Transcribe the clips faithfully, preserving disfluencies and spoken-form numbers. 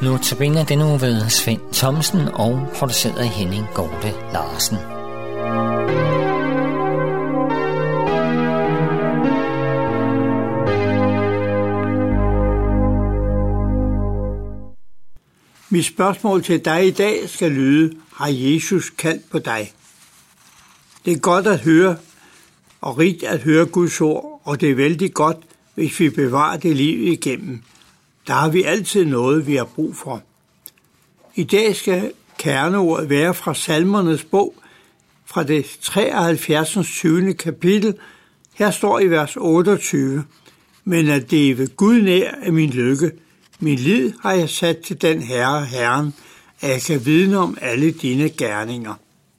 Nu tilbage den uge ved Svend Thomsen og produceret af Henning Gorte Larsen. Mit spørgsmål til dig i dag skal lyde: har Jesus kaldt på dig? Det er godt at høre, og rigt at høre Guds ord, og det er vældig godt, hvis vi bevarer det liv igennem. Der har vi altid noget, vi har brug for. I dag skal kerneordet være fra Salmernes bog, fra det treoghalvfjerdsende tyvende kapitel. Her står i vers otteogtyve: men at det er ved Gud nær er min lykke. Min lid har jeg sat til den Herre, Herren, at jeg kan vidne om alle dine gerninger.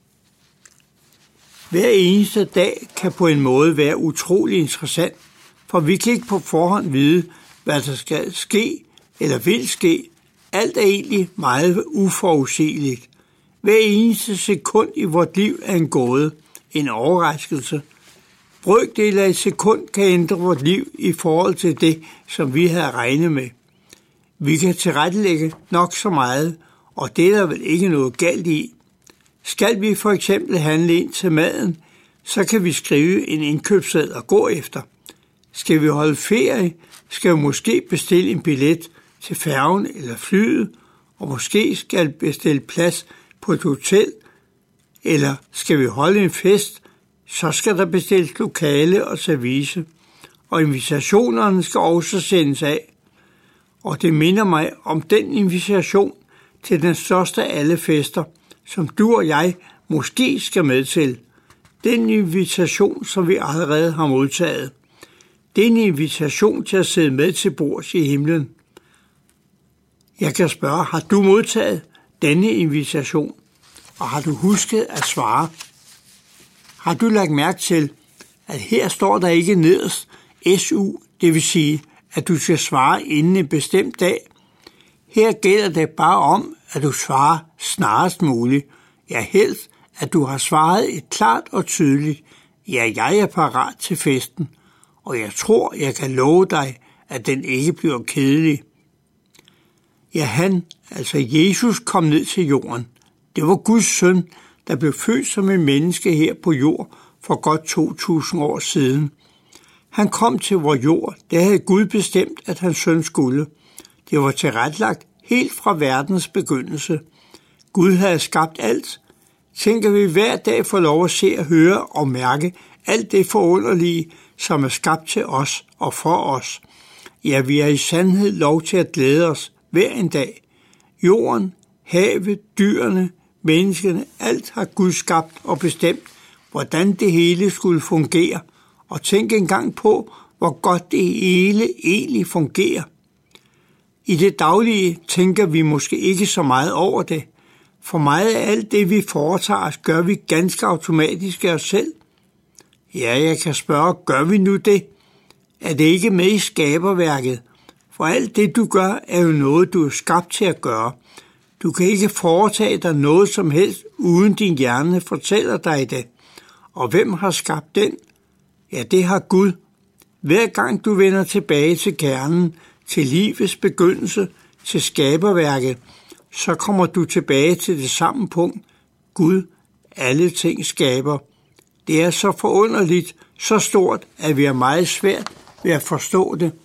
Hver eneste dag kan på en måde være utrolig interessant, for vi kan ikke på forhånd vide, hvad der skal ske eller vil ske. Alt er egentlig meget uforudsigeligt. Hver eneste sekund i vort liv er en gåde, en overraskelse. Brøkdel af et sekund kan ændre vort liv i forhold til det, som vi havde regnet med. Vi kan tilrettelægge nok så meget, og det er der vel ikke noget galt i. Skal vi for eksempel handle ind til maden, så kan vi skrive en indkøbsseddel og gå efter. Skal vi holde ferie, skal vi måske bestille en billet til færgen eller flyet, og måske skal vi bestille plads på et hotel, eller skal vi holde en fest, så skal der bestilles lokale og service, og invitationerne skal også sendes af. Og det minder mig om den invitation til den største af alle fester, som du og jeg måske skal med til. Den invitation, som vi allerede har modtaget. Det er en invitation til at sidde med til bords i himlen. Jeg kan spørge, har du modtaget denne invitation? Og har du husket at svare? Har du lagt mærke til, at her står der ikke nederst S U, det vil sige, at du skal svare inden en bestemt dag? Her gælder det bare om, at du svarer snarest muligt. Ja, helst, at du har svaret et klart og tydeligt: ja, jeg er parat til festen, og jeg tror, jeg kan love dig, at den ikke bliver kedelig. Ja, han, altså Jesus, kom ned til jorden. Det var Guds søn, der blev født som en menneske her på jord for godt to tusind år siden. Han kom til vor jord, det havde Gud bestemt, at hans søn skulle. Det var tilrettelagt helt fra verdens begyndelse. Gud havde skabt alt. Tænker vi hver dag får lov at se og høre og mærke alt det forunderlige, som er skabt til os og for os. Ja, vi har i sandhed lov til at glæde os hver en dag. Jorden, havet, dyrene, menneskene, alt har Gud skabt og bestemt, hvordan det hele skulle fungere. Og tænk engang på, hvor godt det hele egentlig fungerer. I det daglige tænker vi måske ikke så meget over det. For meget af alt det, vi foretager os, gør vi ganske automatisk af os selv. Ja, jeg kan spørge, gør vi nu det? Er det ikke med i skaberværket? For alt det, du gør, er jo noget, du er skabt til at gøre. Du kan ikke foretage dig noget som helst, uden din hjerne fortæller dig det. Og hvem har skabt den? Ja, det har Gud. Hver gang du vender tilbage til kernen, til livets begyndelse, til skaberværket, så kommer du tilbage til det samme punkt. Gud, alle ting skaber. Det er så forunderligt, så stort, at vi har meget svært ved at forstå det.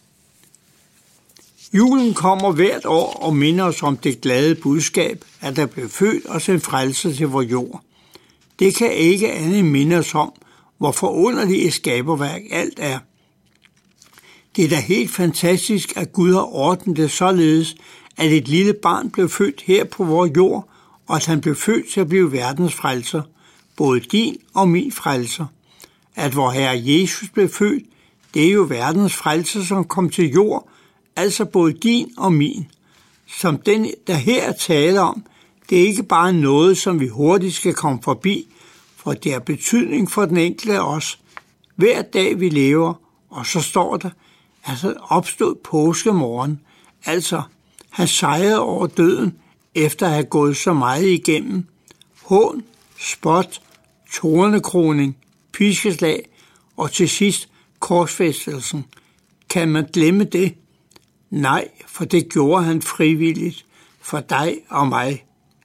Julen kommer hvert år og minder os om det glade budskab, at der blev født os en frelser til vor jord. Det kan ikke andet minde os om, hvor forunderligt et skaberværk alt er. Det er da helt fantastisk, at Gud har ordnet det således, at et lille barn blev født her på vores jord, og at han blev født til at blive verdens frelser, både din og min frelser. At vor Herre Jesus blev født, det er jo verdens frelser, som kom til jord, altså både din og min. Som den, der her er tale om, det er ikke bare noget, som vi hurtigt skal komme forbi, for det har betydning for den enkelte af os. Hver dag vi lever, og så står der, at han opstod påskemorgen, altså han sejrede over døden, efter at have gået så meget igennem. Hån, spot, tornekroning, piskeslag og til sidst korsfæstelsen. Kan man glemme det? Nej, for det gjorde han frivilligt for dig og mig.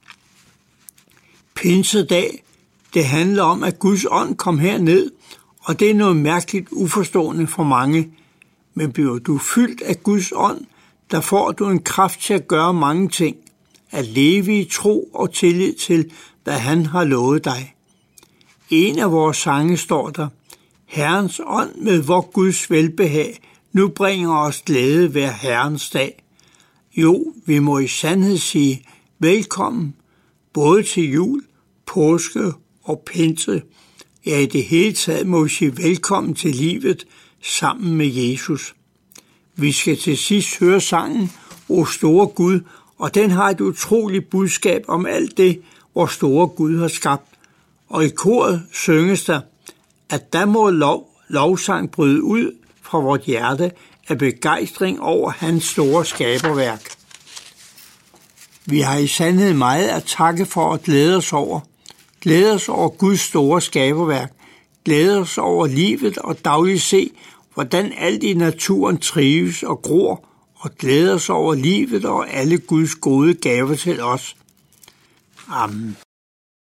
Pinsedag, det handler om, at Guds ånd kom herned, og det er noget mærkeligt uforstående for mange. Men bliver du fyldt af Guds ånd, der får du en kraft til at gøre mange ting, at leve i tro og tillid til, hvad han har lovet dig. En af vores sange står der: Herrens ånd med vor Guds velbehag, nu bringer os glæde hver Herrens dag. Jo, vi må i sandhed sige velkommen, både til jul, påske og pinse. Ja, i det hele taget må vi sige velkommen til livet sammen med Jesus. Vi skal til sidst høre sangen O store Gud, og den har et utroligt budskab om alt det, hvor store Gud har skabt. Og i koret synges der, at der må lov, lovsang bryde ud fra vort hjerte af begejstring over hans store skaberværk. Vi har i sandhed meget at takke for og glæde os over. Glæde os over Guds store skaberværk. Glæde os over livet og dagligt se, hvordan alt i naturen trives og gror, og glæde os over livet og alle Guds gode gaver til os. Amen.